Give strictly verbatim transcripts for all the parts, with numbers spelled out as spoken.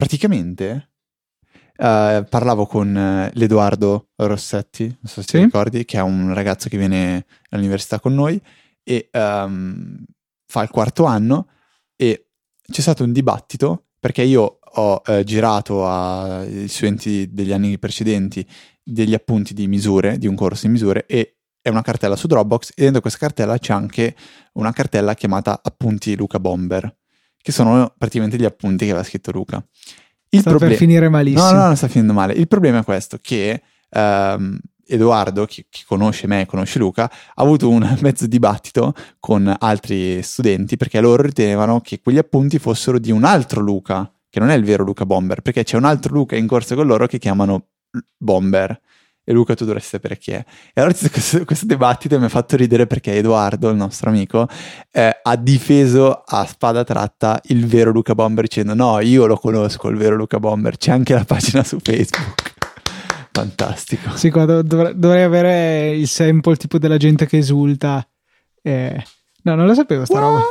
praticamente uh, parlavo con uh, l'Edoardo Rossetti, non so se Sì. ti ricordi, che è un ragazzo che viene all'università con noi e um, fa il quarto anno, e c'è stato un dibattito perché io ho uh, girato ai studenti degli anni precedenti degli appunti di misure, di un corso di misure, e è una cartella su Dropbox, e dentro questa cartella c'è anche una cartella chiamata appunti Luca Bomber, che sono praticamente gli appunti che aveva scritto Luca. Il sta problem- per finire malissimo. No, no, non sta finendo male. Il problema è questo, che um, Edoardo, chi, chi conosce me, conosce Luca, ha avuto un mezzo dibattito con altri studenti perché loro ritenevano che quegli appunti fossero di un altro Luca, che non è il vero Luca Bomber, perché c'è un altro Luca in corso con loro che chiamano Bomber. E Luca, tu dovresti sapere chi è. E allora questo, questo dibattito mi ha fatto ridere perché Edoardo, il nostro amico, eh, ha difeso a spada tratta il vero Luca Bomber dicendo no, io lo conosco il vero Luca Bomber, c'è anche la pagina su Facebook. Fantastico. Sì, qua dov- dovrei, dovrei avere il sample tipo della gente che esulta. Eh, no, non lo sapevo sta roba.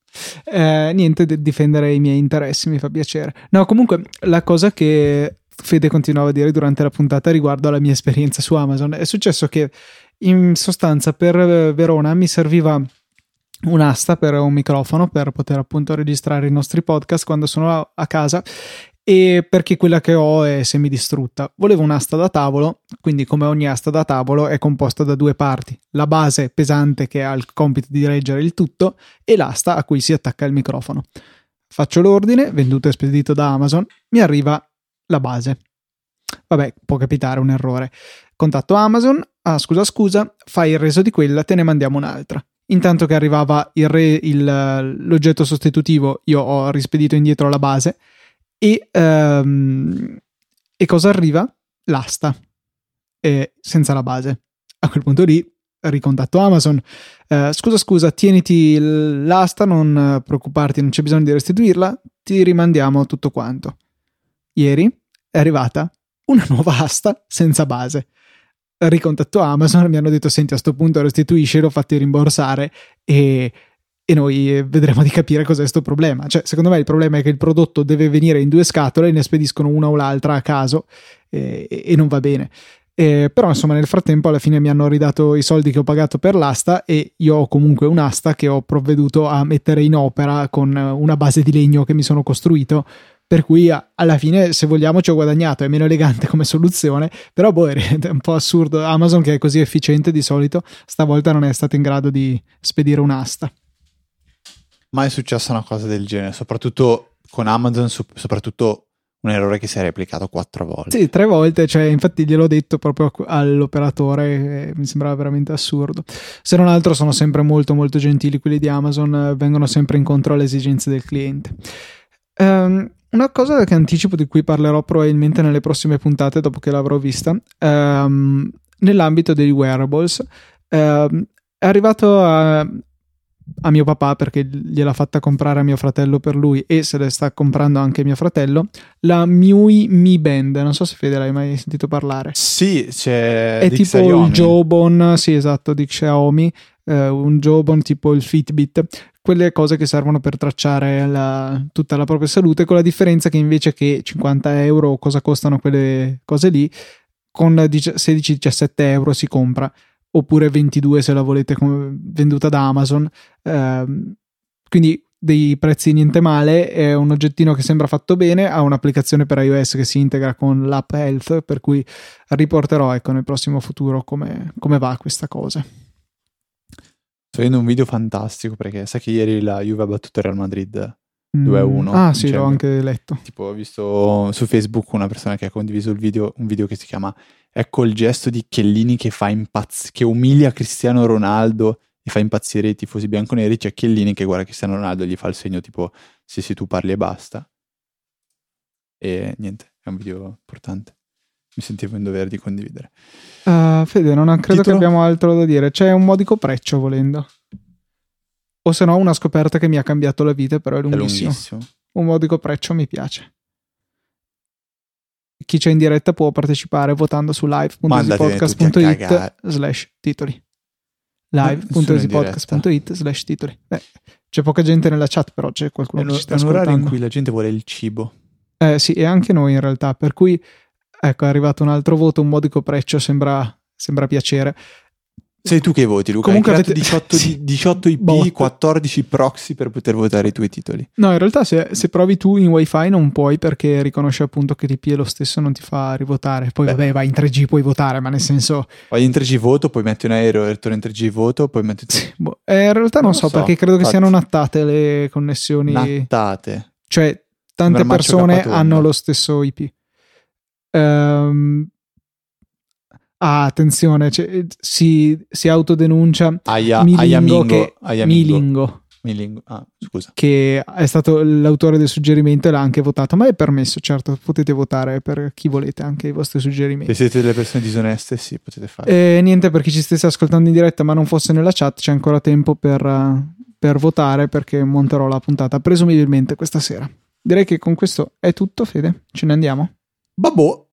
Eh, niente, de- difendere i miei interessi mi fa piacere. No, comunque la cosa che Fede continuava a dire durante la puntata riguardo alla mia esperienza su Amazon è successo che in sostanza per Verona mi serviva un'asta per un microfono per poter appunto registrare i nostri podcast quando sono a, a casa, e perché quella che ho è semidistrutta. Volevo un'asta da tavolo, quindi come ogni asta da tavolo è composta da due parti: la base pesante che ha il compito di reggere il tutto e l'asta a cui si attacca il microfono. Faccio l'ordine, venduto e spedito da Amazon, mi arriva la base. Vabbè, può capitare un errore. Contatto Amazon, ah scusa scusa, fai il reso di quella, te ne mandiamo un'altra. Intanto che arrivava il re, il, l'oggetto sostitutivo, io ho rispedito indietro la base e, um, e cosa arriva? L'asta, e senza la base. A quel punto lì ricontatto Amazon, uh, scusa scusa, tieniti l'asta, non preoccuparti, non c'è bisogno di restituirla, ti rimandiamo tutto quanto. Ieri è arrivata una nuova asta senza base. Ricontatto Amazon, mi hanno detto senti, a sto punto restituiscelo, fatti rimborsare e, e noi vedremo di capire cos'è sto problema. Cioè, secondo me il problema è che il prodotto deve venire in due scatole, ne spediscono una o l'altra a caso e, e non va bene. Eh, però insomma nel frattempo alla fine mi hanno ridato i soldi che ho pagato per l'asta e io ho comunque un'asta che ho provveduto a mettere in opera con una base di legno che mi sono costruito, per cui alla fine, se vogliamo, ci ho guadagnato. È meno elegante come soluzione, però boh, è un po' assurdo. Amazon, che è così efficiente di solito, stavolta non è stato in grado di spedire un'asta. Ma è successa una cosa del genere, soprattutto con Amazon, soprattutto un errore che si è replicato quattro volte. Sì, tre volte, cioè infatti gliel'ho detto proprio all'operatore, mi sembrava veramente assurdo. Se non altro sono sempre molto molto gentili quelli di Amazon, vengono sempre incontro alle esigenze del cliente. Um, Una cosa che anticipo, di cui parlerò probabilmente nelle prossime puntate dopo che l'avrò vista, um, nell'ambito dei wearables, um, è arrivato a, a mio papà, perché gliel'ha fatta comprare a mio fratello per lui e se la sta comprando anche mio fratello, la M I U I Mi Band. Non so se Fede l'hai mai sentito parlare. Sì, c'è è di tipo Xiaomi. Il Jawbone, sì esatto, di Xiaomi, eh, un Jawbone tipo il Fitbit, quelle cose che servono per tracciare la, tutta la propria salute, con la differenza che invece che cinquanta euro, cosa costano quelle cose lì, con sedici diciassette euro si compra, oppure ventidue se la volete venduta da Amazon, eh, quindi dei prezzi niente male. È un oggettino che sembra fatto bene, ha un'applicazione per iOS che si integra con l'app Health, per cui riporterò ecco nel prossimo futuro come, come va questa cosa. Sto vedendo un video fantastico perché sai che ieri la Juve ha battuto il Real Madrid due a uno. Mm, ah sì, l'ho anche letto. Tipo ho visto su Facebook una persona che ha condiviso il video, un video che si chiama "Ecco il gesto di Chiellini che fa impazz- che umilia Cristiano Ronaldo e fa impazzire i tifosi bianconeri". C'è Chiellini che guarda Cristiano Ronaldo e gli fa il segno tipo sì sì tu parli e basta. E niente, è un video importante. Mi sentivo in dovere di condividere. Uh, Fede, non credo Titolo? che abbiamo altro da dire. C'è un modico preccio volendo. O se no una scoperta che mi ha cambiato la vita, però è lunghissimo. È lunghissimo. Un modico preccio mi piace. Chi c'è in diretta può partecipare votando su live punto easypodcast punto it slash titoli. live punto easypodcast punto it slash titoli. Beh, c'è poca gente nella chat, però c'è qualcuno è che ci sta ascoltando. È un orario in cui ascoltando. la gente vuole il cibo. Eh sì, e anche noi in realtà, per cui ecco, è arrivato un altro voto, un modico preccio, sembra, sembra piacere. Sei tu che voti, Luca? Comunque hai creato avete... diciotto, sì. diciotto I P, Bot. quattordici proxy per poter votare i tuoi titoli. No, in realtà se, se provi tu in Wi-Fi non puoi, perché riconosce appunto che l'I P è lo stesso, non ti fa rivotare. Poi Beh. vabbè, vai in tre G puoi votare, ma nel senso... Vai in tre G voto, poi metti un aereo e torni in tre G voto, poi metti... Sì, boh. eh, in realtà non, Non lo so, so, perché credo infatti. che siano nattate le connessioni. Nattate. Cioè, tante Sembra Maccio persone Capatonda. hanno lo stesso I P. Ehm... Ah, attenzione, cioè, si, si autodenuncia Aia, Milingo, Aiamingo, che, Aiamingo. Milingo, Milingo. Ah, scusa. che è stato l'autore del suggerimento e l'ha anche votato, ma è permesso, certo, potete votare per chi volete anche i vostri suggerimenti. Se siete delle persone disoneste, sì, potete fare. E niente, per chi ci stesse ascoltando in diretta ma non fosse nella chat, c'è ancora tempo per, per votare, perché monterò la puntata presumibilmente questa sera. Direi che con questo è tutto, Fede, ce ne andiamo? Babbo!